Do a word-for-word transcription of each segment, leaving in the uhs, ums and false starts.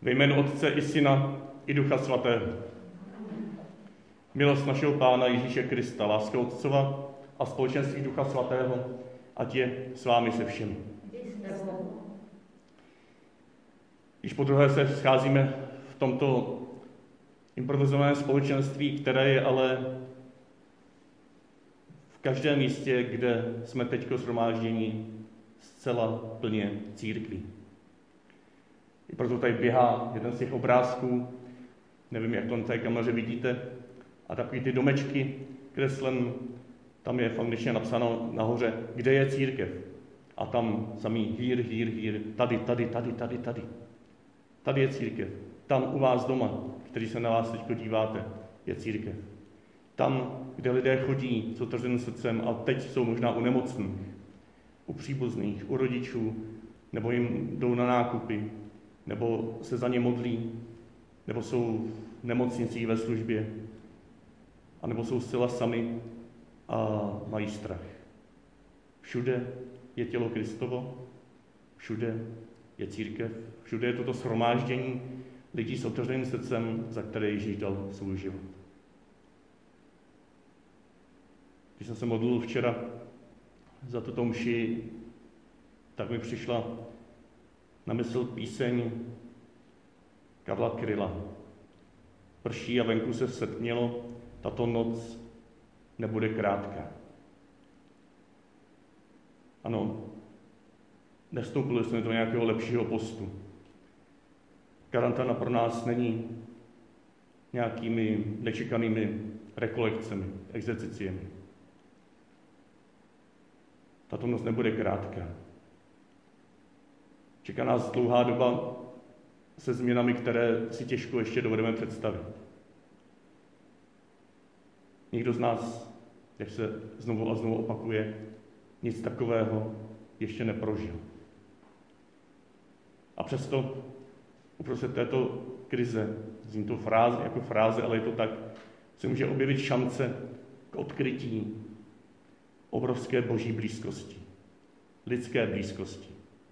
Ve jménu Otce i Syna i Ducha Svatého. Milost našeho Pána Ježíše Krista, láska Otcova a společenství Ducha Svatého, ať je s vámi se všemi. Již podruhé se scházíme v tomto improvizovaném společenství, které je ale v každém místě, kde jsme teďko shromáždění, zcela plně církví. I proto tady běhá jeden z těch obrázků, nevím, jak to na té kameře vidíte, a takový ty domečky kreslen, tam je v angličtině napsáno nahoře, kde je církev. A tam samý here, here, here, tady, tady, tady, tady, tady. Tady je církev. Tam u vás doma, který se na vás teď díváte, je církev. Tam, kde lidé chodí s otevřeným srdcem a teď jsou možná u nemocných, u příbuzných, u rodičů, nebo jim jdou na nákupy, nebo se za ně modlí, nebo jsou v nemocnicích ve službě, anebo jsou zcela sami a mají strach. Všude je tělo Kristovo, všude je církev, všude je toto shromáždění lidí s otevřeným srdcem, za které Ježíš dal svůj život. Když jsem se modlil včera za tuto mši, tak mi přišla na mysl píseň Karla Kryla. Prší a venku se setmělo, tato noc nebude krátká. Ano, nevstoupili jsme do nějakého lepšího postu. Karanténa pro nás není nějakými nečekanými rekolekcemi, exerciciemi. Tato noc nebude krátká. Čeká nás dlouhá doba se změnami, které si těžko ještě dovedeme představit. Nikdo z nás, jak se znovu a znovu opakuje, nic takového ještě neprožil. A přesto uprostřed této krize, zní to fráze, jako fráze, ale je to tak, se může objevit šance k odkrytí obrovské boží blízkosti, lidské blízkosti.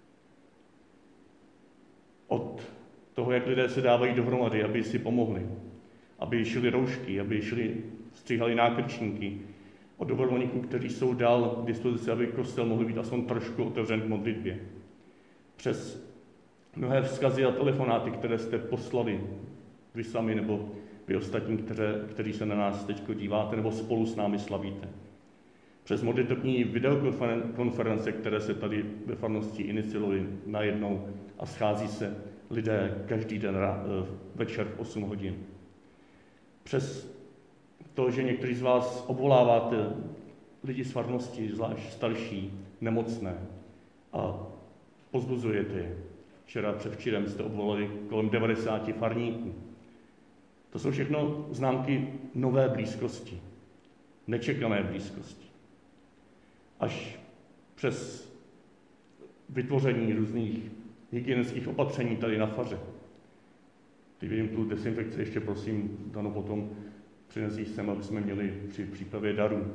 Od toho, jak lidé se dávají dohromady, aby si pomohli, aby šili roušky, aby šili, stříhali nákrčníky, od dobrovolníků, kteří jsou dál k dispozici, aby kostel mohl být aspoň trošku otevřen k modlitbě. Přes mnohé vzkazy a telefonáty, které jste poslali vy sami nebo vy ostatní, které, kteří se na nás teď díváte nebo spolu s námi slavíte. Přes modlitební videokonference, které se tady ve farnosti iniciovaly najednou a schází se lidé každý den večer v osm hodin. Přes to, že někteří z vás obvoláváte lidi z farnosti, zvlášť starší, nemocné a pozbuzujete je. Včera, předvčírem jste obvolali kolem devadesáti farníků. To jsou všechno známky nové blízkosti, nečekané blízkosti. Až přes vytvoření různých hygienických opatření tady na faře. Teď vidím tu dezinfekci, ještě prosím, Dano, potom přinesí sem, aby jsme měli při přípravě darů.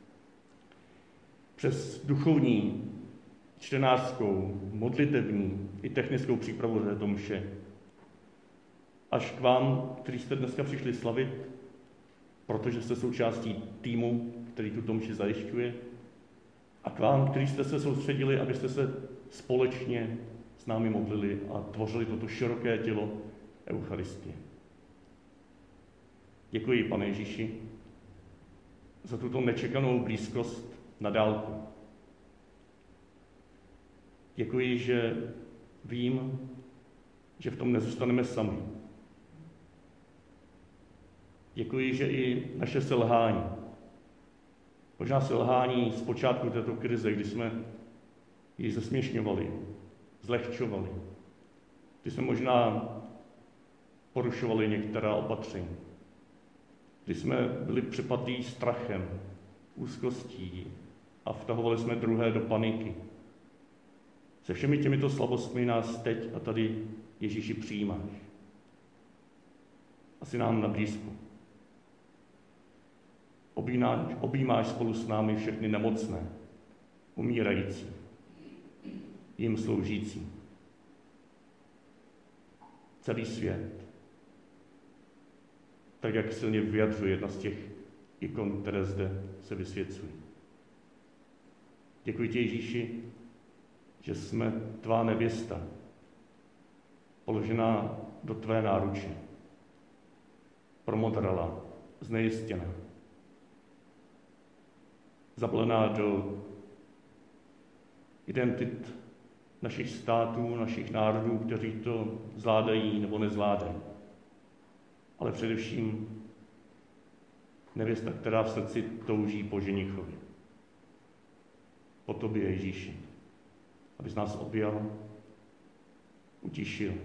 Přes duchovní, čtenářskou, modlitevní i technickou přípravu této mše. Až k vám, kteří jste dneska přišli slavit, protože jste součástí týmu, který tuto mši zajišťuje, a k vám, kteří jste se soustředili, abyste se společně s námi modlili a tvořili toto široké tělo Eucharistie. Děkuji, Pane Ježíši, za tuto nečekanou blízkost na dálku. Děkuji, že vím, že v tom nezůstaneme sami. Děkuji, že i naše selhání, možná selhání z počátku této krize, kdy jsme ji zesměšňovali, zlehčovali, kdy jsme možná porušovali některá opatření, kdy jsme byli přepadlí strachem, úzkostí a vtahovali jsme druhé do paniky. Se všemi těmito slabostmi nás teď a tady, Ježíši, přijímáš. Asi nám na blízku. Objímáš, objímáš spolu s námi všechny nemocné, umírající, jim sloužící. celý svět. Tak, jak silně vyjadřuje jedna z těch ikon, které zde se vysvěcují. Děkuji ti, Ježíši, že jsme tvá nevěsta, položená do tvé náruče, promodrala, znejistěná, zablená do identit našich států, našich národů, kteří to zvládají nebo nezvládají. Ale především nevěsta, která v srdci touží po ženichovi. Po tobě, Ježíši, abys nás objal, utišil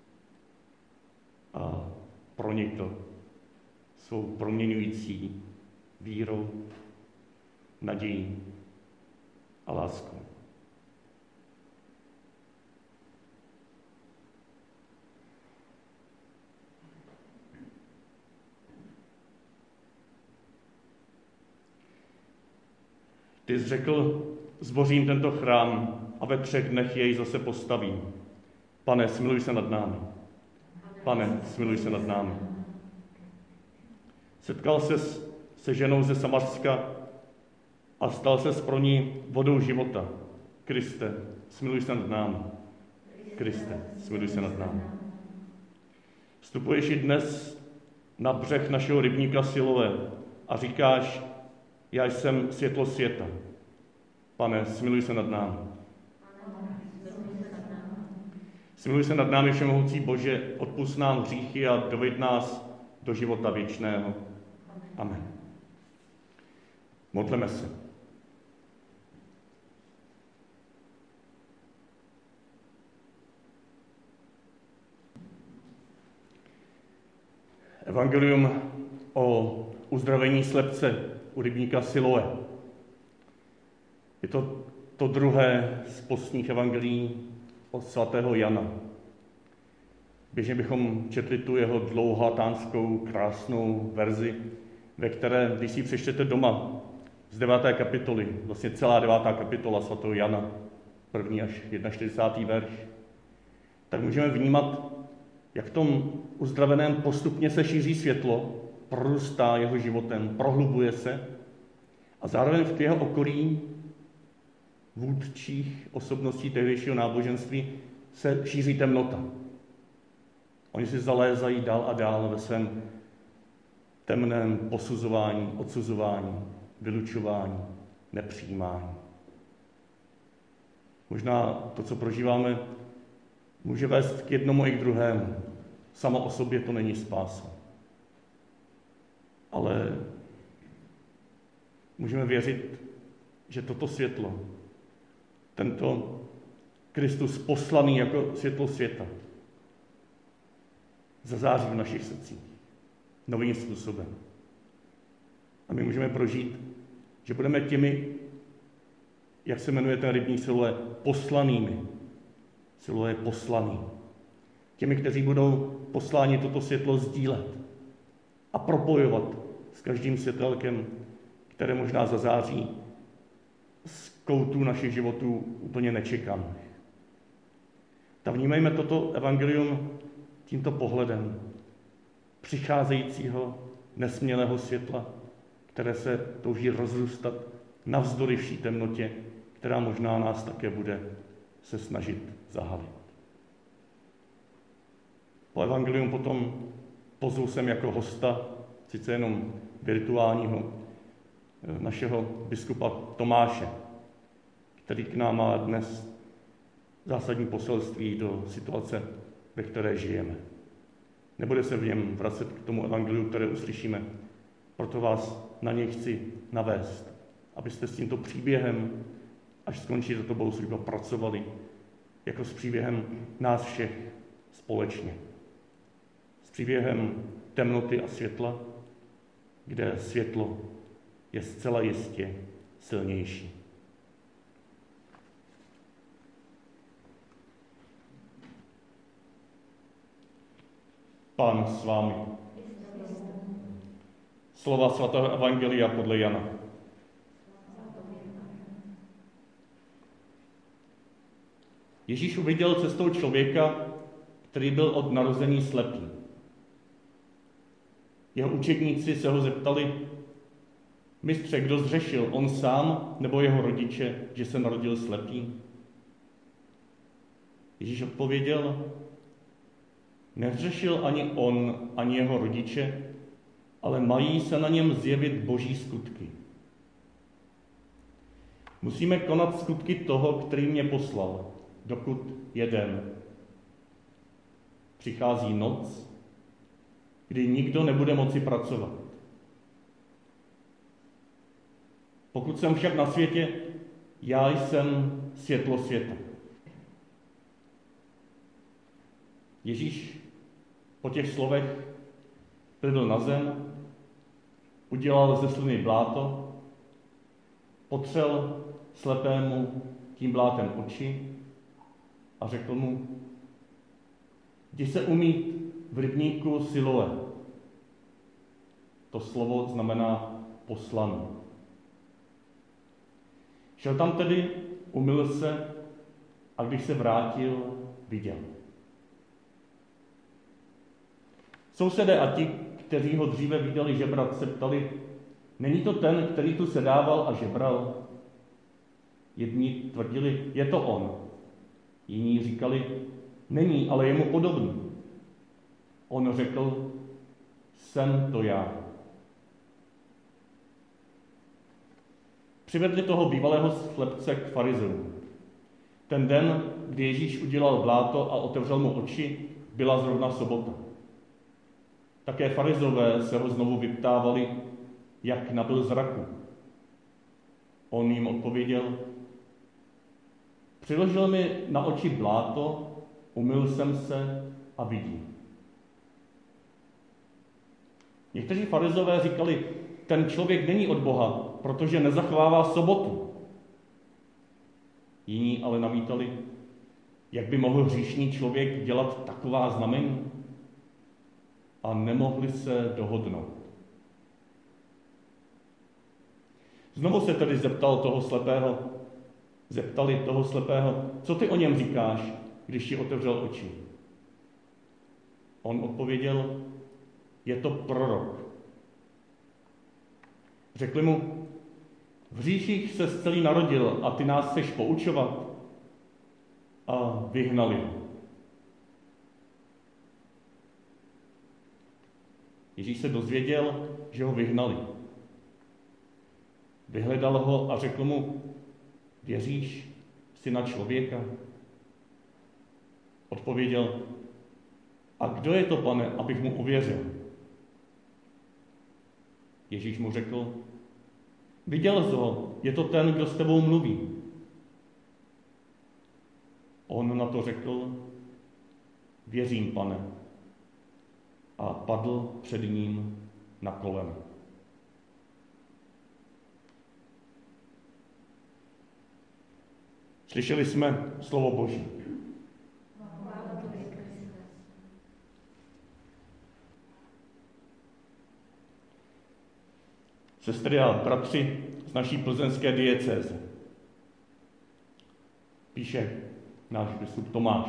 a pronikl svou proměňující vírou, nadějí a láskou. Ty jsi řekl, zbořím tento chrám a ve třech dnech jej zase postavím. Pane, smiluj se nad námi. Pane, smiluj se nad námi. Setkal ses se ženou ze Samarska a stal ses pro ní vodou života. Kriste, smiluj se nad námi. Kriste, smiluj se nad námi. Vstupuješ i dnes na břeh našeho rybníka Silové a říkáš, já jsem světlo světa. Pane, smiluj se nad námi. Smiluj se nad námi, všemohoucí Bože, odpusť nám hříchy a doveď nás do života věčného. Amen. Modleme se. Evangelium o uzdravení slepce u rybníka Siloe. Je to to druhé z postních evangelií od svatého Jana. Běžně bychom četli tu jeho dlouhatánskou, krásnou verzi, ve které, když si ji přečtete doma, z deváté kapitoly, vlastně celá devátá kapitola svatého Jana, první až čtyřicátý první verš, tak můžeme vnímat, jak v tom uzdraveném postupně se šíří světlo, prorůstá jeho životem, prohlubuje se a zároveň v jeho okolí vůdčích osobností tehdejšího náboženství se šíří temnota. Oni si zalézají dál a dál ve svém temném posuzování, odsuzování, vylučování, nepřijímání. Možná to, co prožíváme, může vést k jednomu i k druhému. Samo o sobě to není spása. Ale můžeme věřit, že toto světlo, tento Kristus poslaný jako světlo světa, zazáří v našich srdcích novým způsobem. A my můžeme prožít, že budeme těmi, jak se jmenuje ten rybník Siloé, poslanými. Siloé je poslaný. Těmi, kteří budou posláni toto světlo sdílet a propojovat s každým světelkem, které možná zazáří z koutů našich životů úplně nečekaných. Tak vnímejme toto evangelium tímto pohledem přicházejícího nesmělého světla, které se touží rozrůstat navzdory vší temnotě, která možná nás také bude se snažit zahalit. Po evangelium potom pozvu sem jako hosta, sice jenom virtuálního, našeho biskupa Tomáše, který k nám má dnes zásadní poselství do situace, ve které žijeme. Nebude se v něm vracet k tomu evangeliu, které uslyšíme, proto vás na něj chci navést, abyste s tímto příběhem, až skončí toto bohoslužba, pracovali jako s příběhem nás všech společně. S příběhem temnoty a světla, kde světlo je zcela jistě silnější. Pán s vámi. Slova svatého evangelia podle Jana. Ježíš uviděl cestou člověka, který byl od narození slepý. Jeho učedníci se ho zeptali: Mistře, kdo zřešil, on sám nebo jeho rodiče, že se narodil slepý? Ježíš odpověděl: Nezřešil ani on, ani jeho rodiče, ale mají se na něm zjevit boží skutky. Musíme konat skutky toho, který mě poslal, dokud je den. Přichází noc, kdy nikdo nebude moci pracovat. Pokud jsem však na světě, já jsem světlo světa. Ježíš po těch slovech plivl na zem, udělal ze sliny bláto, potřel slepému tím blátem oči a řekl mu: Jdi se umýt v rybníku Siloé. To slovo znamená poslaný. Šel tam tedy, umyl se a když se vrátil, viděl. Sousedé a ti, kteří ho dříve viděli žebrat, se ptali: Není to ten, který tu sedával a žebral? Jedni tvrdili: Je to on. Jiní říkali: Není, ale je mu podobný. On řekl: Jsem to já. Přivedli toho bývalého slepce k farizeům. Ten den, kdy Ježíš udělal bláto a otevřel mu oči, byla zrovna sobota. Také farizové se ho znovu vyptávali, jak nabyl zraku. On jim odpověděl: Přiložil mi na oči bláto, umyl jsem se a vidím. Někteří farizové říkali: Ten člověk není od Boha, protože nezachovává sobotu. Jiní ale namítali: Jak by mohl hříšný člověk dělat taková znamení? A nemohli se dohodnout. Znovu se tedy zeptal toho slepého, zeptali toho slepého: Co ty o něm říkáš, když ti otevřel oči? On odpověděl: Je to prorok. Řekli mu: V hříších se celý narodil a ty nás chceš poučovat? A vyhnali ho. Ježíš se dozvěděl, že ho vyhnali. Vyhledal ho a řekl mu: Věříš Syna člověka? Odpověděl: A kdo je to, Pane, abych mu uvěřil? Ježíš mu řekl: Viděl jsi ho, je to ten, kdo s tebou mluví. On na to řekl: Věřím, Pane. A padl před ním na kolena. Slyšeli jsme slovo Boží. Sestry a bratři z naší plzeňské diecéze, píše náš biskup Tomáš.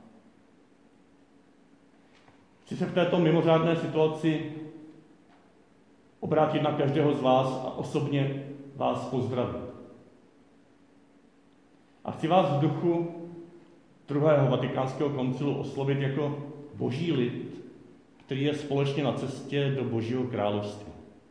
Chci se v této mimořádné situaci obrátit na každého z vás a osobně vás pozdravit. A chci vás v duchu druhého vatikánského koncilu oslovit jako boží lid, který je společně na cestě do Božího království.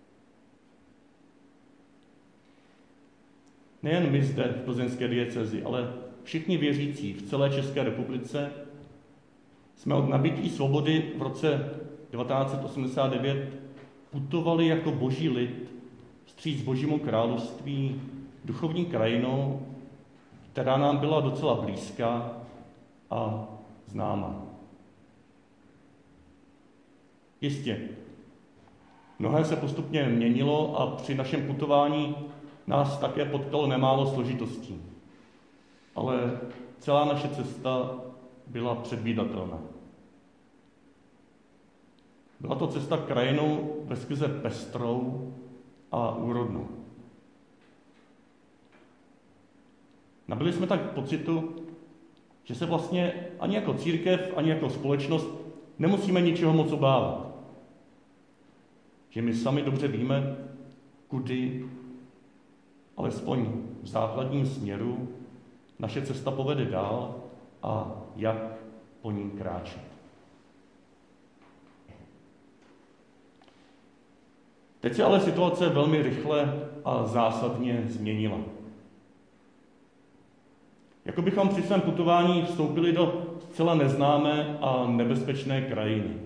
Nejen my zde v plzeňské diecézi, ale všichni věřící v celé České republice jsme od nabytí svobody v roce devatenáct osmdesát devět putovali jako boží lid vstříc Božímu království duchovní krajinou, která nám byla docela blízká a známá. Jistě, mnohé se postupně měnilo a při našem putování nás také potkalo nemálo složitostí. Ale celá naše cesta byla předvídatelná. Byla to cesta krajinou veskrze pestrou a úrodnou. Nabyli jsme tak pocitu, že se vlastně ani jako církev, ani jako společnost nemusíme ničeho moc obávat. Že my sami dobře víme, kudy, alespoň v základním směru, naše cesta povede dál a jak po ní kráčet. Teď se ale situace velmi rychle a zásadně změnila. Jako bychom při svém putování vstoupili do zcela neznámé a nebezpečné krajiny.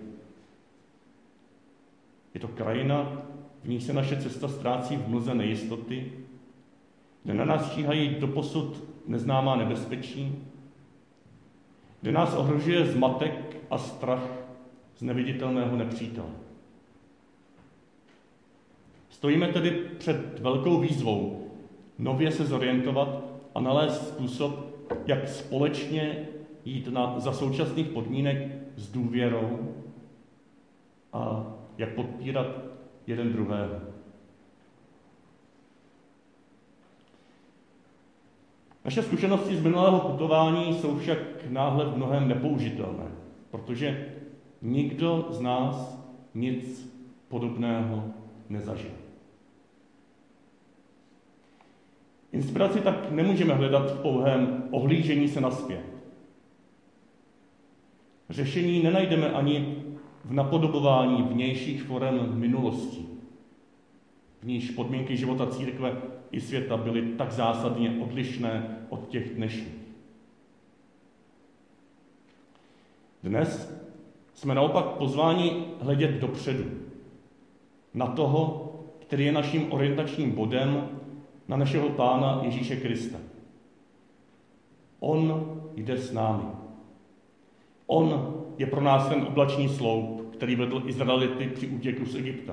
Je to krajina, v níž se naše cesta ztrácí v mlze nejistoty, kde na nás číhají doposud neznámá nebezpečí, kde nás ohrožuje zmatek a strach z neviditelného nepřítele. Stojíme tedy před velkou výzvou nově se zorientovat a nalézt způsob, jak společně jít na, za současných podmínek s důvěrou a jak podpírat jeden druhého. Naše zkušenosti z minulého putování jsou však náhle v mnohém nepoužitelné, protože nikdo z nás nic podobného nezažil. Inspiraci tak nemůžeme hledat v pouhém ohlížení se nazpět. Řešení nenajdeme ani v napodobování vnějších forem minulosti, v níž podmínky života církve i světa byly tak zásadně odlišné od těch dnešních. Dnes jsme naopak pozváni hledět dopředu, na toho, který je naším orientačním bodem, na našeho Pána Ježíše Krista. On jde s námi. On je pro nás ten oblačný sloup, který vedl Izraelity při útěku z Egypta.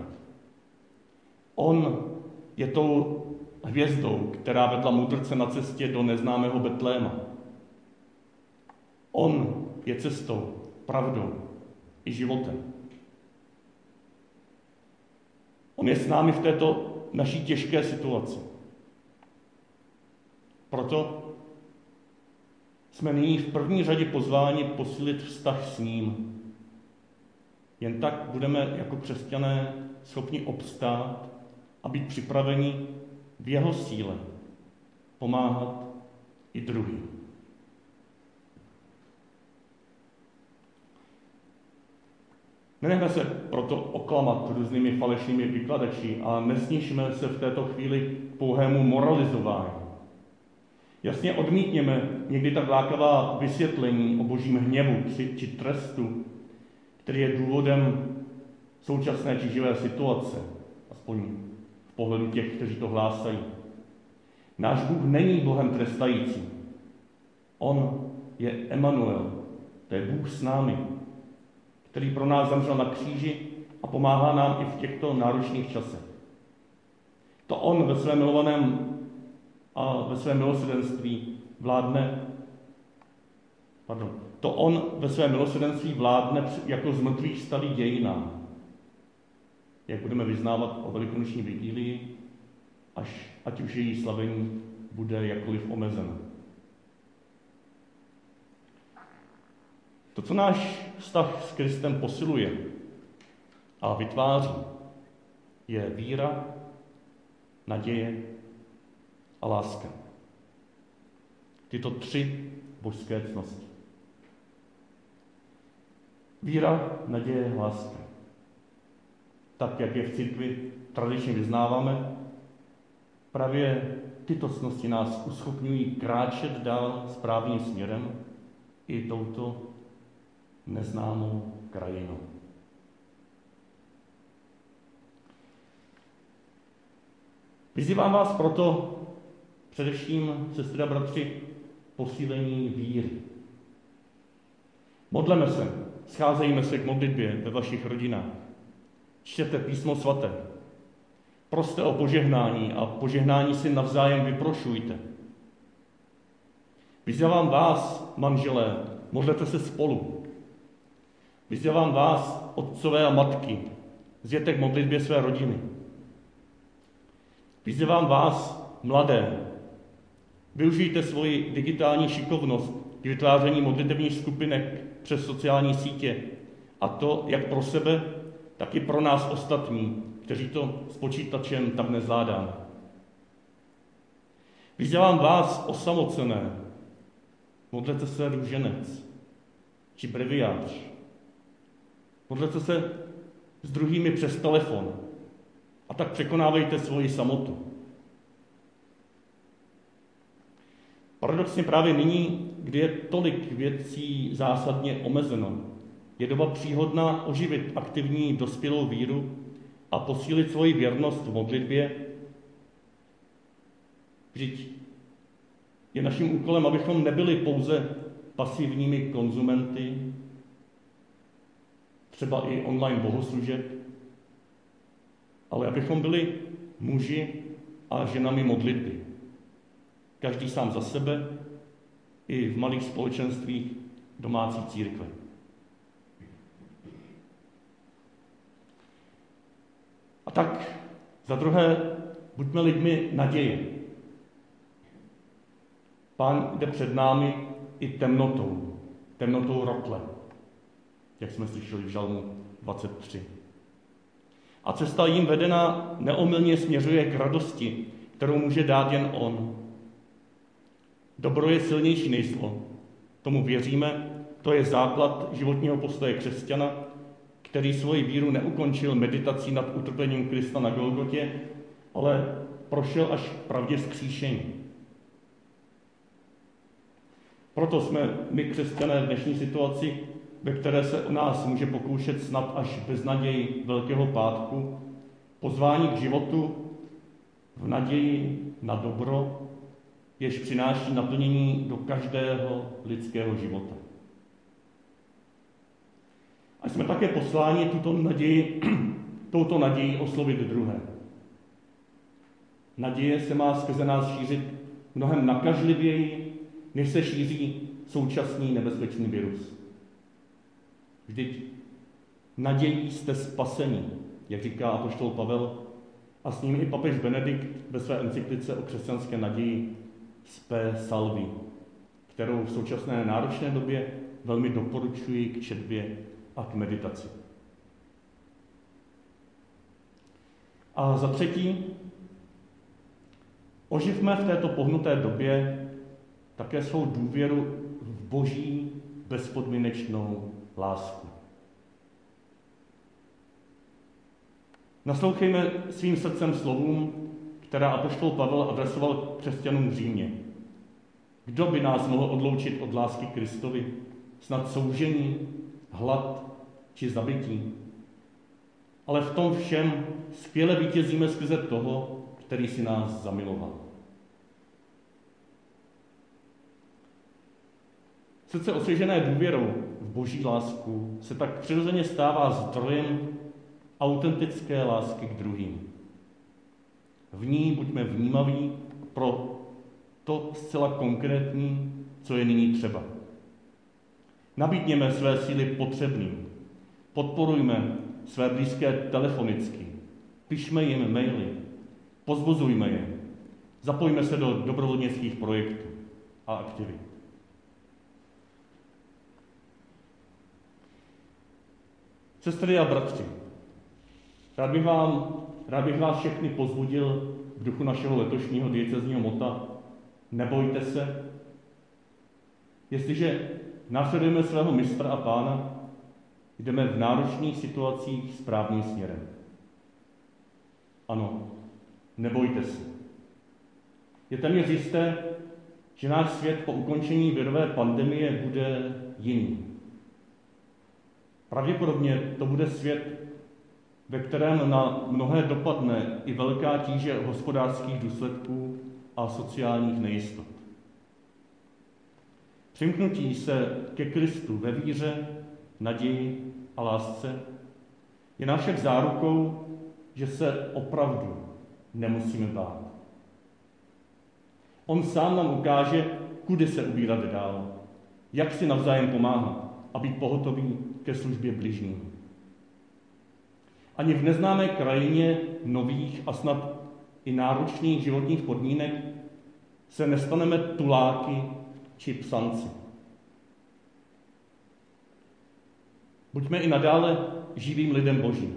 On je tou hvězdou, která vedla mudrce na cestě do neznámého Betléma. On je cestou, pravdou i životem. On je s námi v této naší těžké situaci. Proto jsme nyní v první řadě pozváni posílit vztah s ním. Jen tak budeme jako křesťané schopni obstát a být připraveni v jeho síle pomáhat i druhým. Nenechme se proto oklamat různými falešnými vykladači a nesnižme se v této chvíli k pouhému moralizování. Jasně odmítněme někdy tak lákavá vysvětlení o božím hněvu či trestu, který je důvodem současné či živé situace, aspoň v pohledu těch, kteří to hlásají. Náš Bůh není Bohem trestajícím. On je Emanuel, to je Bůh s námi, který pro nás zemřel na kříži a pomáhá nám i v těchto náročných časech. To on ve svém milovaném a ve svém milosrdenství vládne, pardon, to on ve svém milosrdenství vládne jako z mrtvých stalý dějinám. Jak budeme vyznávat o velikonoční vigílii, až ať už její slavení bude jakkoliv omezené. To, co náš vztah s Kristem posiluje a vytváří, je víra, naděje a láska. Tyto tři božské cnosti. Víra, naděje, láska. Tak, jak je v církvi tradičně vyznáváme, právě tyto cnosti nás uschopňují kráčet dál správným směrem i touto neznámou krajinou. Vyzývám vás proto především, sestry a bratři, posílení víry. Modleme se, scházejme se k modlitbě ve vašich rodinách. Čtěte písmo svaté. Proste o požehnání a požehnání si navzájem vyprošujte. Vyzývám vás, manželé, modlete se spolu. Vyzývám vás, otcové a matky, zjděte k modlitbě své rodiny. Vyzývám vás, mladé, využijte svoji digitální šikovnost k k vytváření modlitevních skupinek přes sociální sítě, a to jak pro sebe, tak i pro nás ostatní, kteří to s počítačem tak nezvládáme. Vyzývám vás osamocené, modlete se růženec či breviář. Modlete se s druhými přes telefon a tak překonávejte svoji samotu. Paradoxně právě nyní, kdy je tolik věcí zásadně omezeno, je doba příhodná oživit aktivní dospělou víru a posílit svoji věrnost v modlitbě. Vždyť je naším úkolem, abychom nebyli pouze pasivními konzumenty, třeba i online bohoslužeb, ale abychom byli muži a ženami modlitby. Každý sám za sebe, i v malých společenstvích domácí církve. A tak, za druhé, buďme lidmi naděje. Pán jde před námi i temnotou, temnotou rotle, jak jsme slyšeli v Žalmu dvacet tři. A cesta jim vedená neomylně směřuje k radosti, kterou může dát jen on. Dobro je silnější než zlo. Tomu věříme, to je základ životního postoje křesťana, který svoji víru neukončil meditací nad utrpením Krista na Golgotě, ale prošel až k pravdě vzkříšení. Proto jsme my, křesťané, v dnešní situaci, ve které se o nás může pokoušet snad až beznaděj Velkého pátku, pozvání k životu v naději na dobro, jež přináší naplnění do každého lidského života. A jsme také posláni tuto naději, touto naději oslovit druhé. Naděje se má skrze nás šířit mnohem nakažlivěji, než se šíří současný nebezpečný virus. Vždyť nadějí jste spasení, jak říká apoštol Pavel, a s ním i papež Benedikt ve své encyklice o křesťanské naději Spe Salvi, kterou v současné náročné době velmi doporučuji k četbě a k meditaci. A za třetí, oživme v této pohnuté době také svou důvěru v Boží bezpodmínečnou lásku. Naslouchejme svým srdcem slovům, která apoštol Pavel adresoval křesťanům v Římě. Kdo by nás mohl odloučit od lásky Kristovi? Snad soužení, hlad či zabití? Ale v tom všem skvěle vítězíme skrze toho, který si nás zamiloval. Srdce osvěžené důvěrou v Boží lásku se tak přirozeně stává zdrojem autentické lásky k druhým. V ní buďme vnímaví pro to zcela konkrétní, co je nyní třeba. Nabídněme své síly potřebným. Podporujme své blízké telefonicky. Pišme jim maily. Pozbuzujme je. Zapojme se do dobrovolnických projektů a aktivit. Sestry a bratři, rád bych, vám, rád bych vás všechny pozbudil v duchu našeho letošního diecézního mota. Nebojte se. Jestliže následujeme svého mistra a pána, jdeme v náročných situacích správným směrem. Ano, nebojte se. Je téměř jisté, že náš svět po ukončení virové pandemie bude jiný. Pravděpodobně to bude svět, ve kterém na mnohé dopadne i velká tíže hospodářských důsledků a sociálních nejistot. Přimknutí se ke Kristu ve víře, naději a lásce je nám však zárukou, že se opravdu nemusíme bát. On sám nám ukáže, kudy se ubírat dál, jak si navzájem pomáhat a být pohotový ke službě bližním. Ani v neznámé krajině nových a snad i náročných životních podmínek se nestaneme tuláky či psanci. Buďme i nadále živým lidem Božím.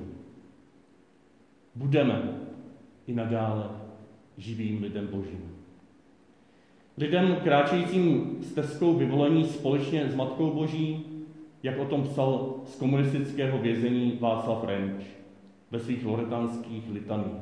Budeme i nadále živým lidem Božím. Lidem kráčejícím stezkou vyvolení společně s Matkou Boží, jak o tom psal z komunistického vězení Václav Renč ve svých loretánských litaních.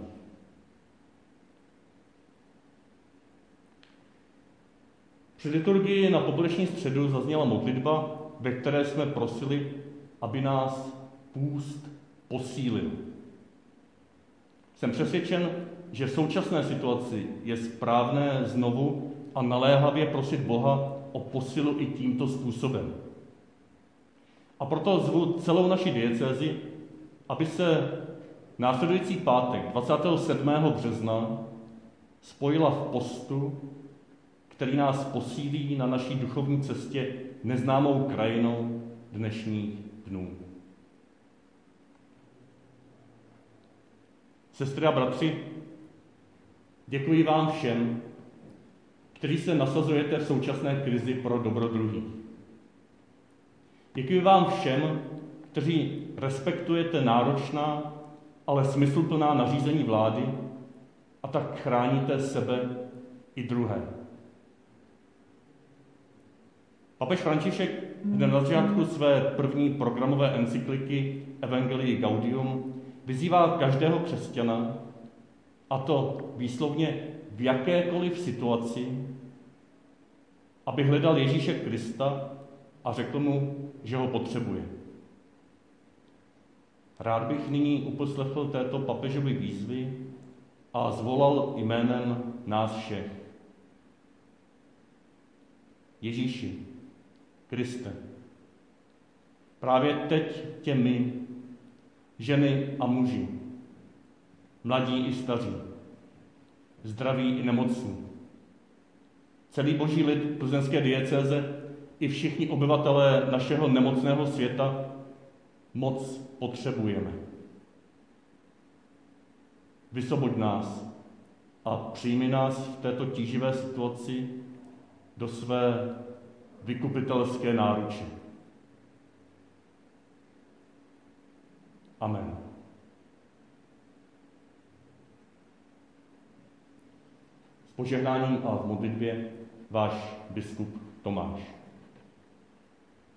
Při liturgii na popeleční středu zazněla modlitba, ve které jsme prosili, aby nás půst posílil. Jsem přesvědčen, že v současné situaci je správné znovu a naléhavě prosit Boha o posilu i tímto způsobem. A proto zvu celou naši diecézi, aby se následující pátek dvacátého sedmého března spojila v postu, který nás posílí na naší duchovní cestě neznámou krajinou dnešních dnů. Sestry a bratři, děkuji vám všem, kteří se nasazujete v současné krizi pro dobro druhých. Děkuji vám všem, kteří respektujete náročná, ale smysluplná nařízení vlády a tak chráníte sebe i druhé. Papež František hned na začátku své první programové encykliky Evangelii Gaudium vyzývá každého křesťana, a to výslovně v jakékoliv situaci, aby hledal Ježíše Krista a řekl mu, že ho potřebuje. Rád bych nyní uposlechl této papežovy výzvy a zvolal jménem nás všech. Ježíši, Kriste, právě teď tě my, ženy a muži, mladí i staří, zdraví i nemocní, celý boží lid plzeňské diecéze i všichni obyvatelé našeho nemocného světa moc potřebujeme. Vysvoboď nás a přijmi nás v této tíživé situaci do své vykupitelské náruče. Amen. S požehnáním a v modlitbě váš biskup Tomáš.